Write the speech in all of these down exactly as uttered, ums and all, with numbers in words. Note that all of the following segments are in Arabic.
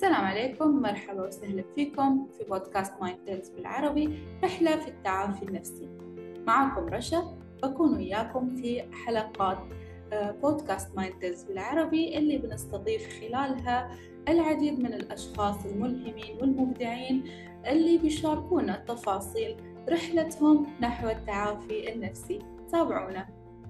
السلام عليكم، مرحبا وسهلا فيكم في بودكاست مايندفولنس بالعربي، رحلة في التعافي النفسي. معكم رشا، بكون وياكم في حلقات بودكاست مايندفولنس بالعربي اللي بنستضيف خلالها العديد من الأشخاص الملهمين والمبدعين اللي بيشاركونا تفاصيل رحلتهم نحو التعافي النفسي. تابعونا.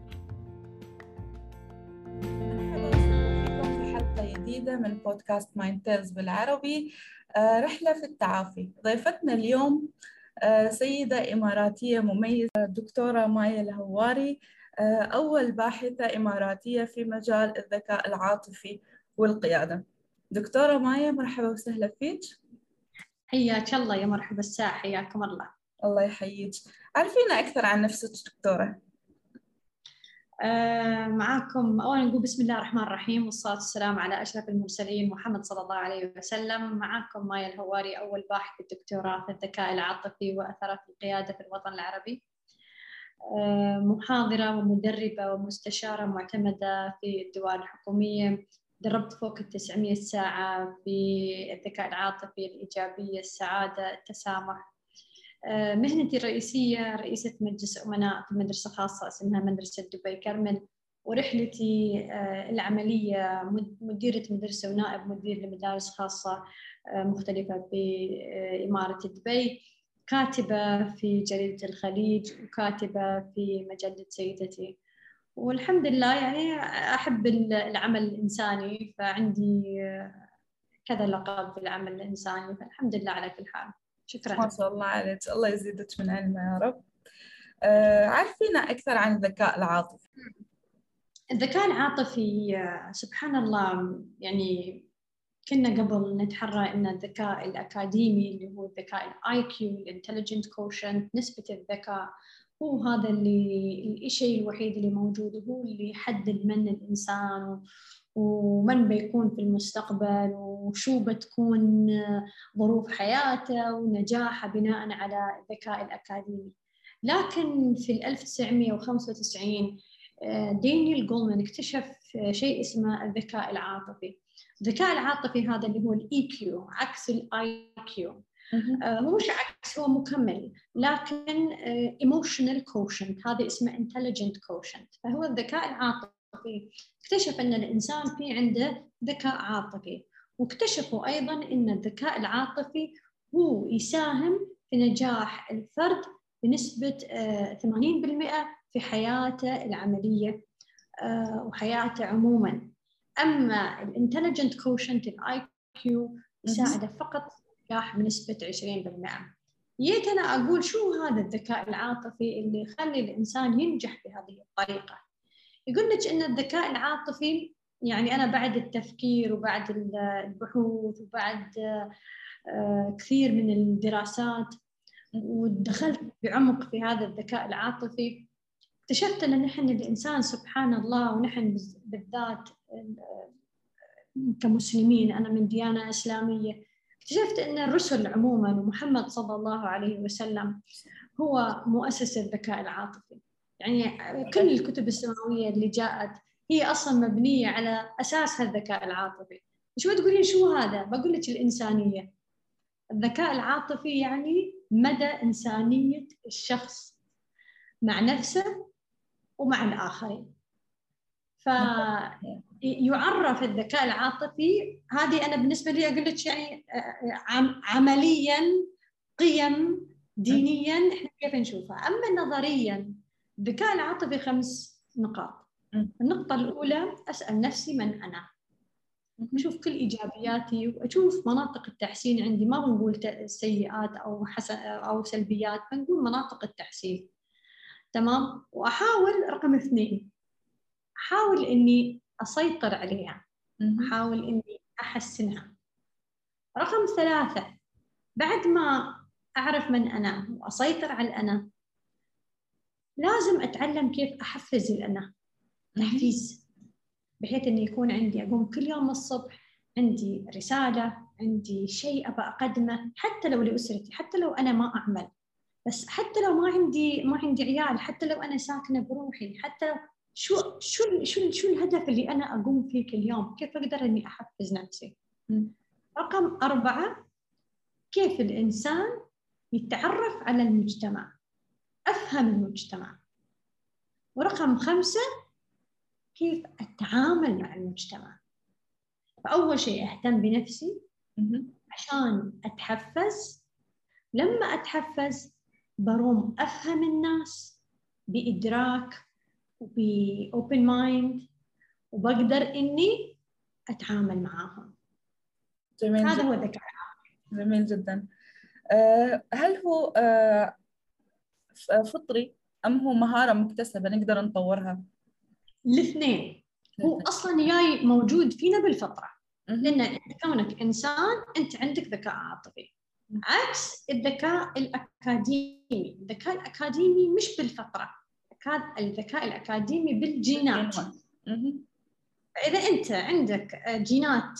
جديدة من بودكاست مايندفولنس بالعربي، رحلة في التعافي. ضيفتنا اليوم سيدة إماراتية مميزة، الدكتورة مايا الهواري، أول باحثة إماراتية في مجال الذكاء العاطفي والقيادة. دكتورة مايا، مرحبا وسهلا فيك. حياك الله يا مرحبا الساعة، حياكم الله. الله يحييك. عرفينا أكثر عن نفسك دكتورة. آه معاكم أولا نقول بسم الله الرحمن الرحيم والصلاة والسلام على أشرف المرسلين محمد صلى الله عليه وسلم. معاكم مايا الهواري، أول باحث الدكتوراه في الذكاء العاطفي وأثره في القيادة في الوطن العربي، آه محاضرة ومدربة ومستشارة معتمدة في الدوائر الحكومية. دربت فوق التسعمية ساعة في الذكاء العاطفي، الإيجابية، السعادة، التسامح. مهنتي الرئيسية رئيسة مجلس أمناء في مدرسة خاصة اسمها مدرسة دبي كرمل، ورحلتي العملية مديرة مدرسة ونائب مدير لمدارس خاصة مختلفة في إمارة دبي، كاتبة في جريدة الخليج، وكاتبة في مجلة سيدتي. والحمد لله يعني أحب العمل الإنساني، فعندي كذا لقب في العمل الإنساني، فالحمد لله على كل حال. شكرا. ما شاء الله عليك، الله يزيدك من علمه يا رب. أه عرفينا أكثر عن الذكاء العاطفي. الذكاء العاطفي سبحان الله، يعني كنا قبل نتحرى أن الذكاء الأكاديمي اللي هو الذكاء الآي كيو، الانتليجنت كوشنت، نسبة الذكاء، هو هذا اللي الشيء الوحيد اللي موجود، هو اللي يحدد من الإنسان ومن بيكون في المستقبل وشو بتكون ظروف حياته ونجاحه بناء على الذكاء الأكاديمي. لكن في ألف وتسعمية وخمسة وتسعين دانيال جولمان اكتشف شيء اسمه الذكاء العاطفي. الذكاء العاطفي هذا اللي هو الاي كيو عكس الاي كيو، مو مش عكس، هو مكمل، لكن ايموشنال كوشنت، هذا اسمه انتليجنت كوشنت. فهو الذكاء العاطفي اكتشف ان الانسان في عنده ذكاء عاطفي، واكتشفوا ايضا ان الذكاء العاطفي هو يساهم في نجاح الفرد بنسبة ثمانين بالمئة في حياته العملية وحياته عموما. أما الانتليجنت كوشنت الاي كيو يساعده فقط نجاح بنسبة عشرين بالمئة. جيت أنا أقول شو هذا الذكاء العاطفي اللي يخلي الإنسان ينجح بهذه الطريقة؟ يقول لك إن الذكاء العاطفي، يعني أنا بعد التفكير وبعد البحوث وبعد كثير من الدراسات ودخلت بعمق في هذا الذكاء العاطفي، اكتشفت أن نحن الإنسان سبحان الله، ونحن بالذات كمسلمين، أنا من ديانة إسلامية، اكتشفت أن الرسل عموما ومحمد صلى الله عليه وسلم هو مؤسس الذكاء العاطفي. يعني كل الكتب السماوية اللي جاءت هي أصلا مبنية على أساس الذكاء العاطفي. شو تقولين شو هذا؟ بقول لك الإنسانية. الذكاء العاطفي يعني مدى إنسانية الشخص مع نفسه ومع الآخرين. فيعرف الذكاء العاطفي، هذه أنا بالنسبة لي أقول لك يعني عملياً، قيم، دينياً إحنا كيف نشوفها. أما نظرياً الذكاء العاطفي خمس نقاط. النقطة الأولى، أسأل نفسي من أنا، أشوف كل إيجابياتي وأشوف مناطق التحسين عندي. ما بنقول سيئات أو حسن أو سلبيات، بنقول مناطق التحسين. تمام. وأحاول رقم اثنين، أحاول إني أسيطر عليها، أحاول إني أحسنها. رقم ثلاثة، بعد ما أعرف من أنا وأسيطر على الأنا، لازم أتعلم كيف أحفز الأنا، تحفيز، بحيث إني يكون عندي أقوم كل يوم الصبح عندي رسالة، عندي شيء أبى أقدمه، حتى لو لأسرتي، حتى لو أنا ما أعمل، بس حتى لو ما عندي ما عندي عيال، حتى لو أنا ساكنة بروحي، حتى شو شو شو شو الهدف اللي أنا أقوم فيه كل يوم، كيف أقدر إني أحفز نفسي. رقم أربعة، كيف الإنسان يتعرف على المجتمع، أفهم المجتمع. ورقم خمسة، كيف أتعامل مع المجتمع. فأول شيء أهتم بنفسي عشان أتحفز. لما أتحفز بروم أفهم الناس بإدراك وبأوبن مايند، وبقدر إني أتعامل معاهم. جميل هذا جدا. هو الذكاء. جميل جدا. أه هل هو أه فطري أم هو مهارة مكتسبة نقدر نطورها؟ الاثنين. هو أصلاً جاي موجود فينا بالفطرة، لأن كونك إنسان أنت عندك ذكاء عاطفي، عكس الذكاء الأكاديمي. الذكاء الأكاديمي مش بالفطرة، الذكاء الأكاديمي بالجينات. فإذا أنت عندك جينات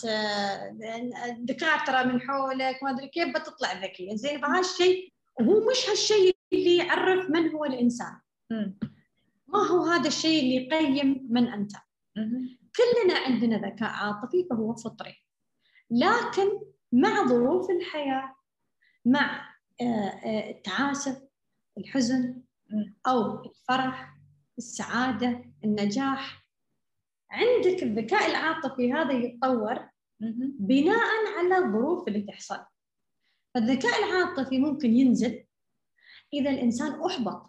دكاترة من حولك ما أدري كيف بتطلع ذكية زين، فهالشيء وهو مش هالشيء اللي يعرف من هو الإنسان. ما هو هذا الشيء اللي يقيم من أنت. كلنا عندنا ذكاء عاطفي فهو فطري، لكن مع ظروف الحياة، مع التعاسة، الحزن أو الفرح، السعادة، النجاح، عندك الذكاء العاطفي هذا يتطور بناء على الظروف اللي تحصل. فالذكاء العاطفي ممكن ينزل إذا الإنسان أحبط،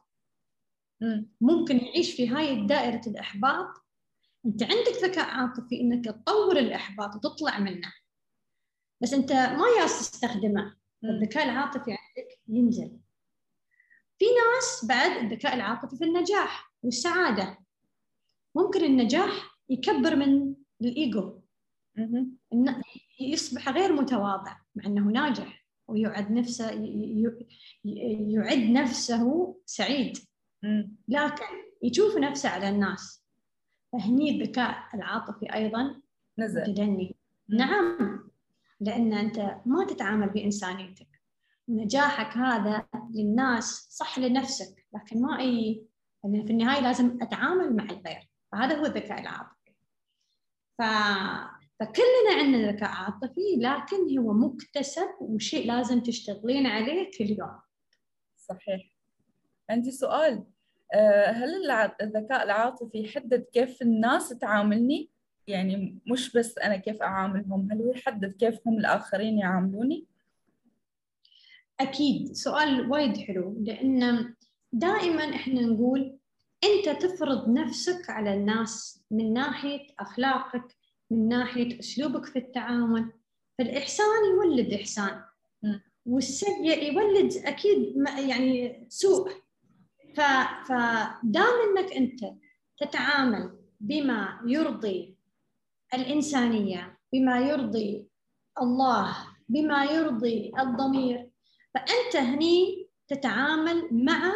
ممكن يعيش في هاي دائرة الإحباط. أنت عندك ذكاء عاطفي إنك تطور الإحباط وتطلع منه، بس أنت ما ياس تستخدمه. الذكاء العاطفي عندك ينزل. في ناس بعد الذكاء العاطفي في النجاح والسعادة، ممكن النجاح يكبر من الإيجو، إنه يصبح غير متواضع مع أنه ناجح، ويعد نفسه يعد نفسه سعيد، لكن يشوف نفسه على الناس. فهني الذكاء العاطفي أيضاً نزل. نعم، لأن أنت ما تتعامل بإنسانيتك. نجاحك هذا للناس، صح لنفسك، لكن ما أي، يعني في النهاية لازم أتعامل مع الغير. فهذا هو الذكاء العاطفي. ف... فكلنا عندنا ذكاء عاطفي، لكن هو مكتسب وشيء لازم تشتغلين عليه كل يوم. صحيح. عندي سؤال، هل الذكاء العاطفي يحدد كيف الناس تعاملني؟ يعني مش بس أنا كيف أعاملهم، هل هو يحدد كيف هم الآخرين يعاملوني؟ أكيد، سؤال وايد حلو، لأن دائما إحنا نقول أنت تفرض نفسك على الناس من ناحية أخلاقك، من ناحية أسلوبك في التعامل. فالإحسان يولد إحسان، والسيء يولد أكيد يعني سوء. فدام أنك أنت تتعامل بما يرضي الإنسانية، بما يرضي الله، بما يرضي الضمير، فأنت هني تتعامل مع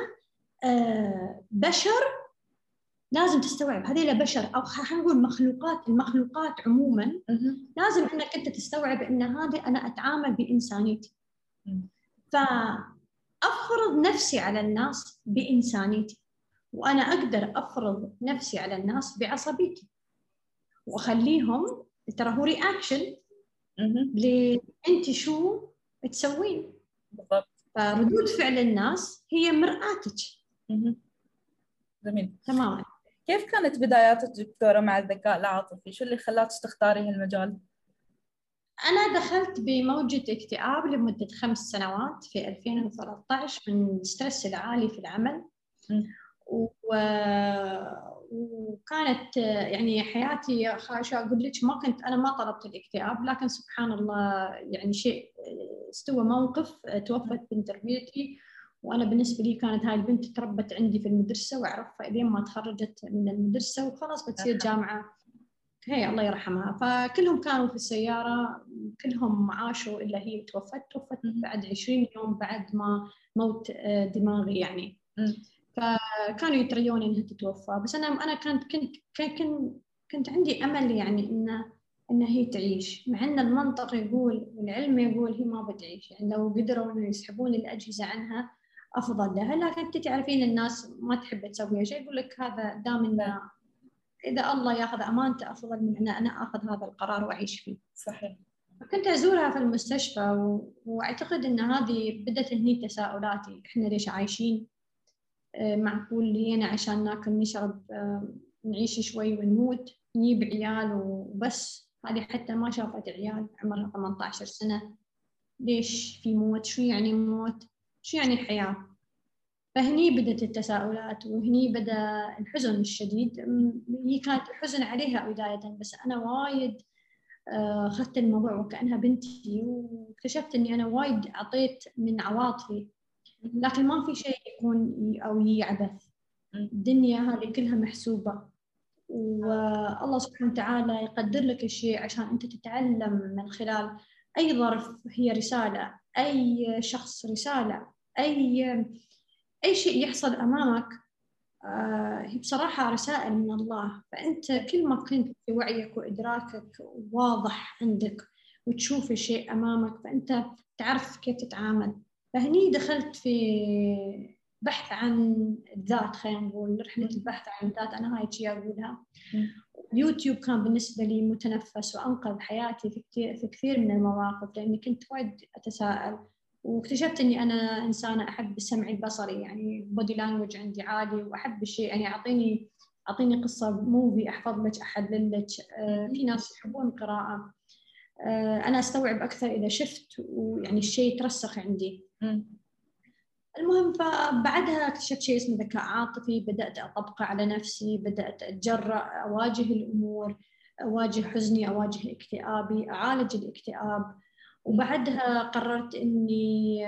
بشر. لازم تستوعب هذه بشر، أو خلينا نقول مخلوقات. المخلوقات عموما لازم أنك أنت تستوعب أن هذه أنا أتعامل بإنسانيتي. فأفرض نفسي على الناس بإنسانيتي، وأنا أقدر أفرض نفسي على الناس بعصبيتي، وأخليهم ترى هو رياكشن اللي أنت شو تسوين. بالضبط. فردود فعل الناس هي مرآتك. جميل. تماما. كيف كانت بداياتك دكتورة مع الذكاء العاطفي؟ شو اللي خلاك تختاري هالمجال؟ أنا دخلت بموجة اكتئاب لمدة خمس سنوات في ألفين وثلاثة عشر من الستريس العالي في العمل. و... وكانت يعني حياتي خاشة. أقول لك ما كنت أنا ما طلبت الاكتئاب، لكن سبحان الله يعني شيء استوى موقف. توفت بنت ربيتي، وأنا بالنسبة لي كانت هاي البنت تربت عندي في المدرسة وأعرفها إلين ما تخرجت من المدرسة وخلاص بتصير جامعة، هي الله يرحمها. فكلهم كانوا في السيارة، كلهم عاشوا إلا هي توفت. توفت بعد عشرين يوم بعد ما موت دماغي يعني. فكانوا يتريون إنها تتوفى، بس أنا أنا كنت كنت كنت كنت عندي أمل يعني إن إن هي تعيش، مع إن المنطق يقول والعلم يقول هي ما بتعيش. يعني لو قدروا إنه يسحبون الأجهزة عنها أفضل لها. لكن أنت تعرفين الناس ما تحب تسوي شيء، يقول لك هذا دام إنه إذا الله ياخذ أمانته أفضل من أن أنا أخذ هذا القرار وأعيش فيه. صحيح. كنت أزورها في المستشفى و... وأعتقد أن هذه بدأت هني تساؤلاتي، إحنا ليش عايشين؟ معقول لينا عشان ناكل نشرب نعيش شوي ونموت، نجيب عيال وبس؟ هذه حتى ما شافت عيال عمرها ثمانية عشر سنة، ليش في موت؟ شو يعني موت؟ شو يعني حياة؟ فهني بدأت التساؤلات، وهني بدأ الحزن الشديد. هي كانت الحزن عليها بداية، بس أنا وايد أخذت الموضوع وكأنها بنتي، واكتشفت أني أنا وايد أعطيت من عواطفي، لكن ما في شيء يكون أو يعبث. الدنيا هذه كلها محسوبة، والله سبحانه وتعالى يقدر لك الشيء عشان أنت تتعلم من خلال أي ظرف. هي رسالة، أي شخص رسالة، أي أي شيء يحصل أمامك هي بصراحة رسائل من الله. فأنت كل ما كنت في وعيك وإدراكك واضح عندك وتشوف الشيء أمامك، فأنت تعرف كيف تتعامل. فهني دخلت في بحث عن الذات، خلينا نقول رحلة البحث عن الذات، أنا هاي شيء أقولها. يوتيوب كان بالنسبة لي متنفس وأنقذ حياتي في كثير في كثير من المواقف، لأني كنت وايد أتساءل، واكتشفت إني أنا إنسانة أحب السمع البصري، يعني بودي لانجوج عندي عالي، وأحب الشيء يعني أعطيني أعطيني قصة موفي أحفظ لك، أحلل لك. آه في ناس يحبون القراءة، آه أنا أستوعب أكثر إذا شفت، ويعني الشيء يترسخ عندي. المهم، فبعدها اكتشفت شيء اسمه ذكاء عاطفي، بدأت أطبقه على نفسي، بدأت أتجرأ أواجه الأمور، أواجه حزني، أواجه اكتئابي، أعالج الاكتئاب. وبعدها قررت إني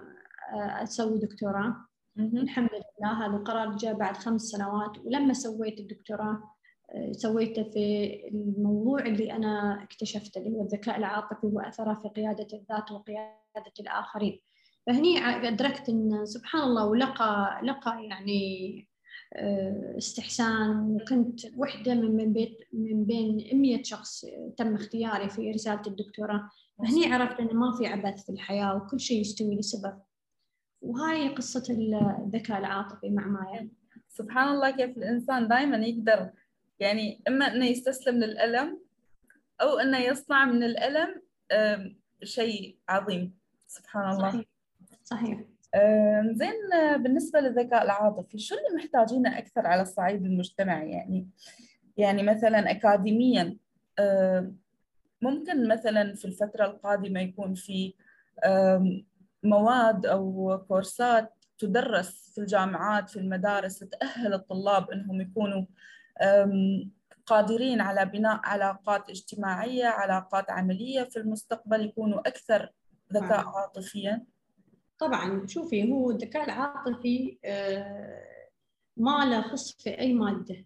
أسوي دكتوراه. الحمد لله هذا القرار جاء بعد خمس سنوات، ولما سويت الدكتوراه سويته في الموضوع اللي أنا اكتشفته، اللي هو الذكاء العاطفي وأثره في قيادة الذات وقيادة الآخرين. فهني أدركت إن سبحان الله، ولقى لقى يعني استحسان، وكنت وحدة من بيت من بين مئة شخص تم اختياري في رسالة الدكتوراه. فهني عرفت إن ما في عبث في الحياة، وكل شيء يستوي لسبب. وهاي قصة الذكاء العاطفي مع مايا. سبحان الله كيف الإنسان دائما يقدر يعني إما إنه يستسلم للألم أو إنه يصنع من الألم شيء عظيم. سبحان الله. صحيح صحيح. زين، بالنسبة للذكاء العاطفي شو اللي محتاجينه أكثر على الصعيد المجتمعي؟ يعني يعني مثلا أكاديميا ممكن مثلا في الفترة القادمة يكون في مواد أو كورسات تدرس في الجامعات في المدارس تأهل الطلاب أنهم يكونوا قادرين على بناء علاقات اجتماعية، علاقات عملية في المستقبل، يكونوا أكثر ذكاء عاطفيا. طبعا شوفي، هو الذكاء العاطفي ما له خص في أي مادة،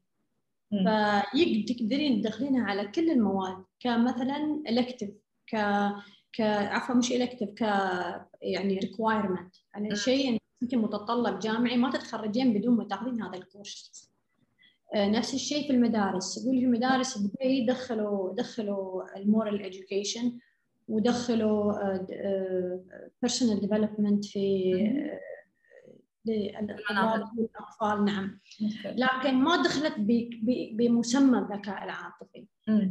فتقدرين تدخلينها على كل المواد، كمثلا elective، ك ك عفوا مش elective، ك يعني requirement، يعني شيء انت متطلب جامعي ما تتخرجين بدون ما تاخذين هذا الكورس. نفس الشيء في المدارس، يقول في المدارس بدبي دخلوا دخلوا المورال education، ودخلوا personal development في للطلاب والأطفال. نعم، لكن ما دخلت بمسمى الذكاء العاطفي.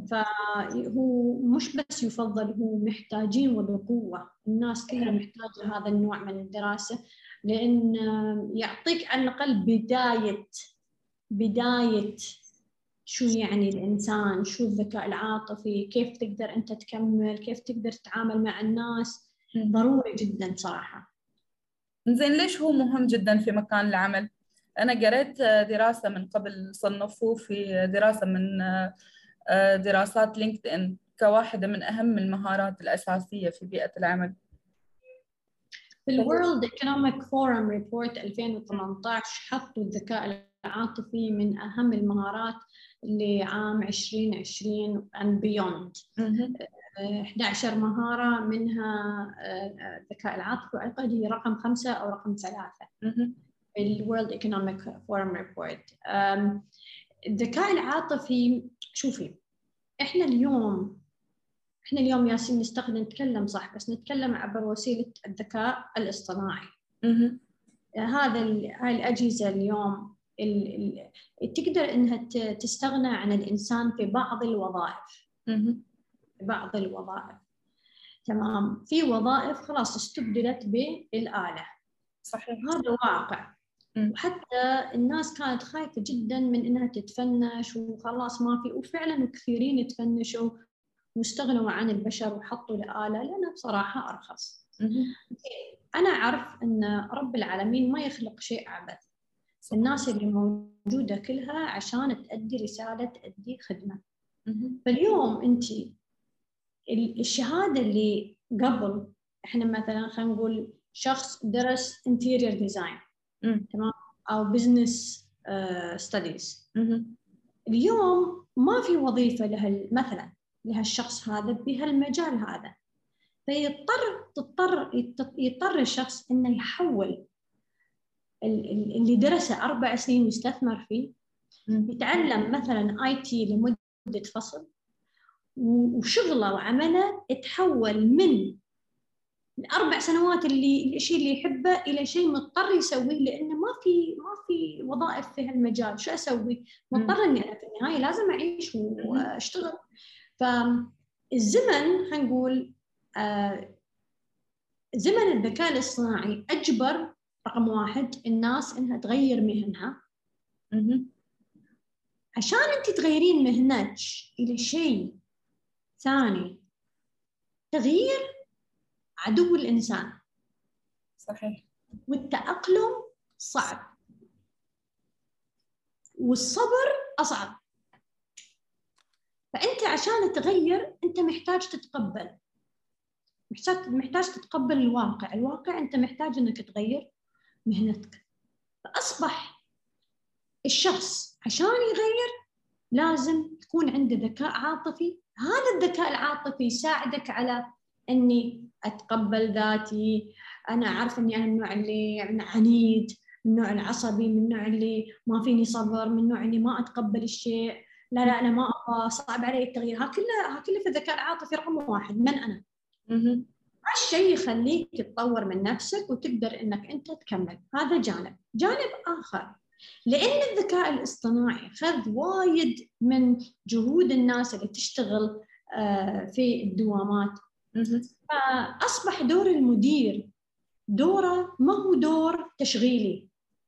فهو مش بس يفضل، هو محتاجين وبقوة. الناس كلها محتاجة هذا النوع من الدراسة، لأن يعطيك على الأقل بداية بداية شو يعني الإنسان، شو الذكاء العاطفي، كيف تقدر أنت تكمل، كيف تقدر تتعامل مع الناس. ضروري جدا صراحة. زين، ليش هو مهم جدا في مكان العمل؟ أنا قرأت دراسة من قبل صنفوه في دراسة من دراسات لينكد إن كواحدة من أهم المهارات الأساسية في بيئة العمل. في الورلد ايكونوميك فورم ريبورت ألفين وثمانية عشر حطوا الذكاء العاطفي من أهم المهارات لعام عشرين عشرين and beyond. إحدى عشرة مهارة منها الذكاء العاطفي، وأعتقد هي رقم خمسة أو رقم ثلاثة في الورلد ايكونوميك فورم ريبورت. الذكاء العاطفي، شوفي إحنا اليوم إحنا اليوم ياسين نستخدم نتكلم صح، بس نتكلم عبر وسيلة الذكاء الاصطناعي. هذا هاي الأجهزة اليوم ال ال تقدر إنها تستغنى عن الإنسان في بعض الوظائف. في بعض الوظائف تمام. في وظائف خلاص استبدلت بالآلة. صحيح. هذا واقع. م. وحتى الناس كانت خايفة جدا من إنها تتفنش وخلاص ما في، وفعلا كثيرين يتفنشوا واستغنوا عن البشر وحطوا الآلة لأنها بصراحة أرخص. م. أنا أعرف أن رب العالمين ما يخلق شيء عبث. الناس اللي موجودة كلها عشان تأدي رسالة، تأدي خدمة. م. فاليوم أنت الشهادة اللي قبل، إحنا مثلا خلينا نقول شخص درس interior design تمام أو business uh, studies. اليوم ما في وظيفة له مثلا لهالشخص هذا بهالمجال هذا، فيضطر تضطر يضطر الشخص إنه يحول اللي درسه أربع سنين ويستثمر فيه، يتعلم مثلا آي تي لمدة فصل، وشغله وعمله يتحول من الأربع سنوات اللي الشيء اللي يحبه إلى شيء مضطر يسويه لأنه ما في ما في وظائف في هالمجال. شو أسوي؟ مضطر إني أنا في النهاية لازم أعيش وأشتغل. فالزمن خلينا نقول آه زمن الذكاء الاصطناعي أجبر رقم واحد الناس إنها تغير مهنها. عشان أنت تغيرين مهنتك إلى شيء ثاني، تغيير عدو الإنسان. صحيح. والتأقلم صعب والصبر أصعب. فأنت عشان تغير أنت محتاج تتقبل، محتاج محتاج تتقبل الواقع. الواقع أنت محتاج أنك تغير مهنتك. فأصبح الشخص عشان يغير لازم تكون عنده ذكاء عاطفي. هذا الذكاء العاطفي يساعدك على أني أتقبل ذاتي. أنا أعرف أني أنا من النوع اللي عنيد، من النوع العصبي، من النوع اللي ما فيني صبر، من النوع اللي ما أتقبل الشيء. لا لا أنا ما أبغى، صعب علي التغيير. ها كله ها كله في الذكاء العاطفي رقم واحد. من أنا؟ هالشيء يخليك تطور من نفسك وتقدر أنك أنت تكمل. هذا جانب. جانب آخر، لأن الذكاء الاصطناعي خذ وايد من جهود الناس اللي تشتغل في الدوامات، فأصبح دور المدير دوره ما هو دور تشغيلي.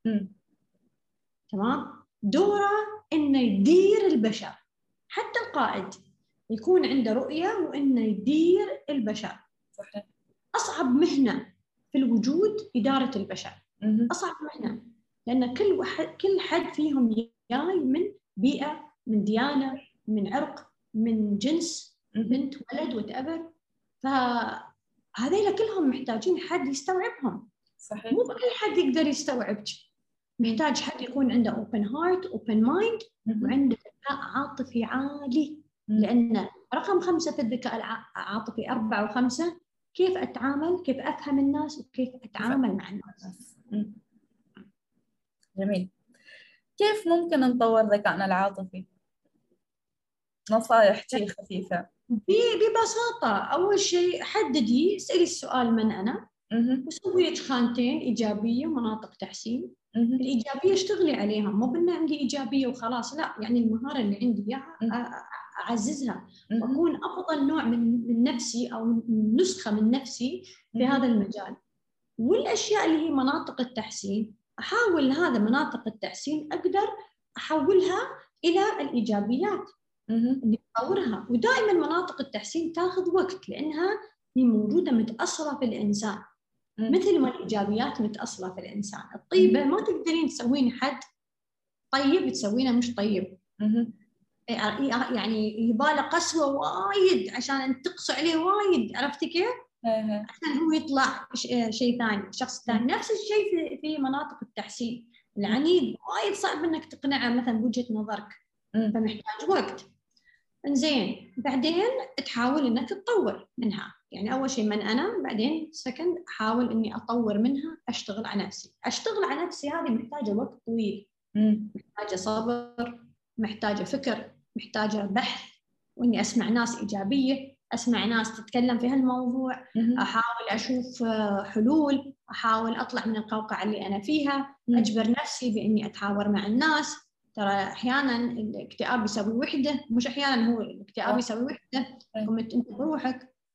تمام؟ دوره إنه يدير البشر. حتى القائد يكون عنده رؤية وإنه يدير البشر. صحيح. أصعب مهنة في الوجود إدارة البشر. أصعب مهنة، لأن كل واحد كل حد فيهم جاي من بيئة، من ديانة، من عرق، من جنس، بنت ولد وتأبر. فهذيلا كلهم محتاجين حد يستوعبهم. صحيح. مو كل حد يقدر يستوعبك. محتاج حد يكون عنده open heart open mind وعنده ذكاء عاطفي عالي. لأن رقم خمسة في الذكاء العاطفي أربعة وخمسة كيف أتعامل، كيف أفهم الناس، وكيف أتعامل مع الناس. جميل. كيف ممكن نطور ذكائنا العاطفي؟ نصائح شيء خفيفة. ببساطة، أول شيء حددي، اسألي السؤال من أنا، وسوي خانتين إيجابية ومناطق تحسين. الإيجابية اشتغلي عليها، مو بأن عندي إيجابية وخلاص، لا، يعني المهارة اللي عندي إياها أعززها وأكون أفضل نوع من من نفسي أو نسخة من نفسي في هذا المجال. والأشياء اللي هي مناطق التحسين أحاول هذا مناطق التحسين أقدر أحولها إلى الإيجابيات اللي أطورها. ودائما مناطق التحسين تاخذ وقت لأنها هي موجودة متأصلة في الإنسان، مثل ما الإيجابيات متأصلة في الإنسان. الطيبة ما تقدرين تسوين حد طيب تسوينه مش طيب، يعني يباله قسوة وايد عشان تقسو عليه وايد، عرفتي كيف؟ عشان هو يطلع شيء ثاني، شخص ثاني. نفس الشيء في في مناطق التحسين. العنيد وايد صعب انك تقنعه مثلا بوجهة نظرك، فمحتاج وقت. انزين، بعدين تحاول انك تطور منها. يعني اول شيء من انا، بعدين سكند احاول اني اطور منها، اشتغل على نفسي. اشتغل على نفسي هذه محتاجه وقت طويل، محتاجه صبر، محتاجه فكر، محتاجه بحث، واني اسمع ناس ايجابيه، اسمع ناس تتكلم في هالموضوع، احاول اشوف حلول، احاول اطلع من القوقعه اللي انا فيها، اجبر نفسي باني اتحاور مع الناس. ترى احيانا الاكتئاب يسوي وحده، مش احيانا، هو الاكتئاب يسوي وحده، قمت انت بروحك.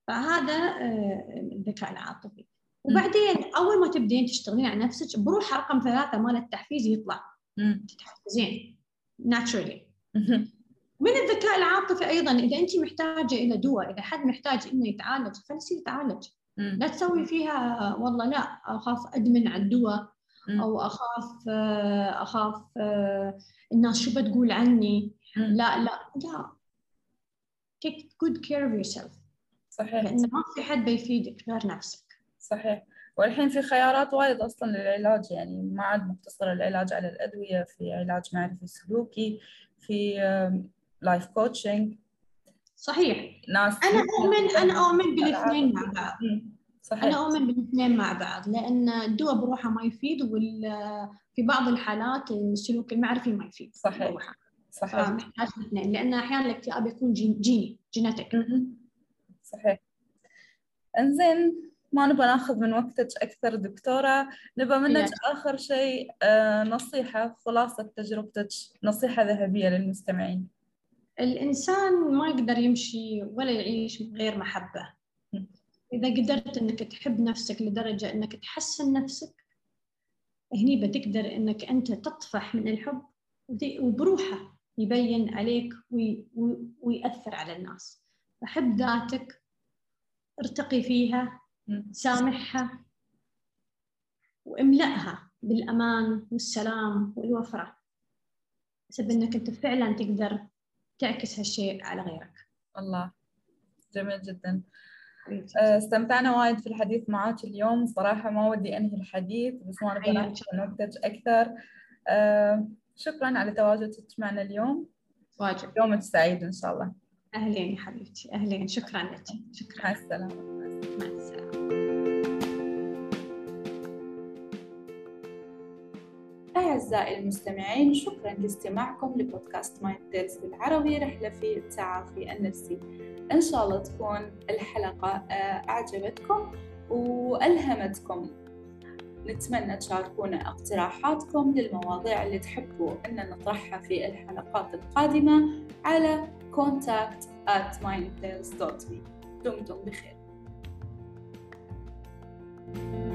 فهذا الذكاء العاطفي. وبعدين أول ما تبدين تشتغلين على نفسك بروح رقم ثلاثة مال التحفيز يطلع، تتحفزين naturally. من الذكاء العاطفي أيضاً إذا أنت محتاجة إلى دواء، إذا حد محتاج إنه يتعالج خليه يتعالج، لا تسوي فيها والله لا أخاف أدمن على الدواء أو أخاف أخاف الناس شو بتقول عني. لا لا لا take good care of yourself. صحيح. لأن ما في حد بيفيدك غير نفسك. صحيح. والحين في خيارات وايد أصلاً للعلاج، يعني ما عاد مقتصر العلاج على الأدوية، في علاج معرفي سلوكي، في لايف كوتشنج. صحيح. ناس أنا أؤمن أنا أؤمن بالاثنين مع بعض. صحيح. أنا أؤمن بالاثنين مع بعض، لأن الدواء بروحه ما يفيد، وفي بعض الحالات السلوك المعرفي ما يفيد. صحيح. بروحه. صحيح. فمحتاج الاثنين، لأن أحيانا الاكتئاب يكون جيني جيناتيك. صحيح. إنزين، ما نبغى ناخذ من وقتك أكثر دكتورة، نبغى منك آخر شيء نصيحة، خلاصة تجربتك، نصيحة ذهبية للمستمعين. الإنسان ما يقدر يمشي ولا يعيش من غير محبة. إذا قدرت إنك تحب نفسك لدرجة إنك تحسن نفسك، هني بتقدر إنك أنت تطفح من الحب وبروحه يبين عليك ويأثر على الناس. فحب ذاتك، ارتقي فيها، سامحها، واملأها بالأمان والسلام والوفرة، بسبب إنك أنت فعلا تقدر تعكس هالشيء على غيرك. الله، جميل جدا. استمتعنا وايد في الحديث معاك اليوم، صراحة ما ودي أنهي الحديث، بس ما نبغى ناخذ من وقتك أكثر. أه شكرا على تواجدك معنا اليوم. واجب. يومك سعيد إن شاء الله. أهلين يا حبيبتي، أهلين. شكرا لك. شكرا. مع السلامة. مع السلامة. أعزائي المستمعين، شكراً لاستماعكم لبودكاست مايند تيلز بالعربي، رحلة في التعافي النفسي. إن شاء الله تكون الحلقة أعجبتكم وألهمتكم. نتمنى تشاركونا اقتراحاتكم للمواضيع اللي تحبوا أن نطرحها في الحلقات القادمة على contact at mindtales dot me. دمتم بخير.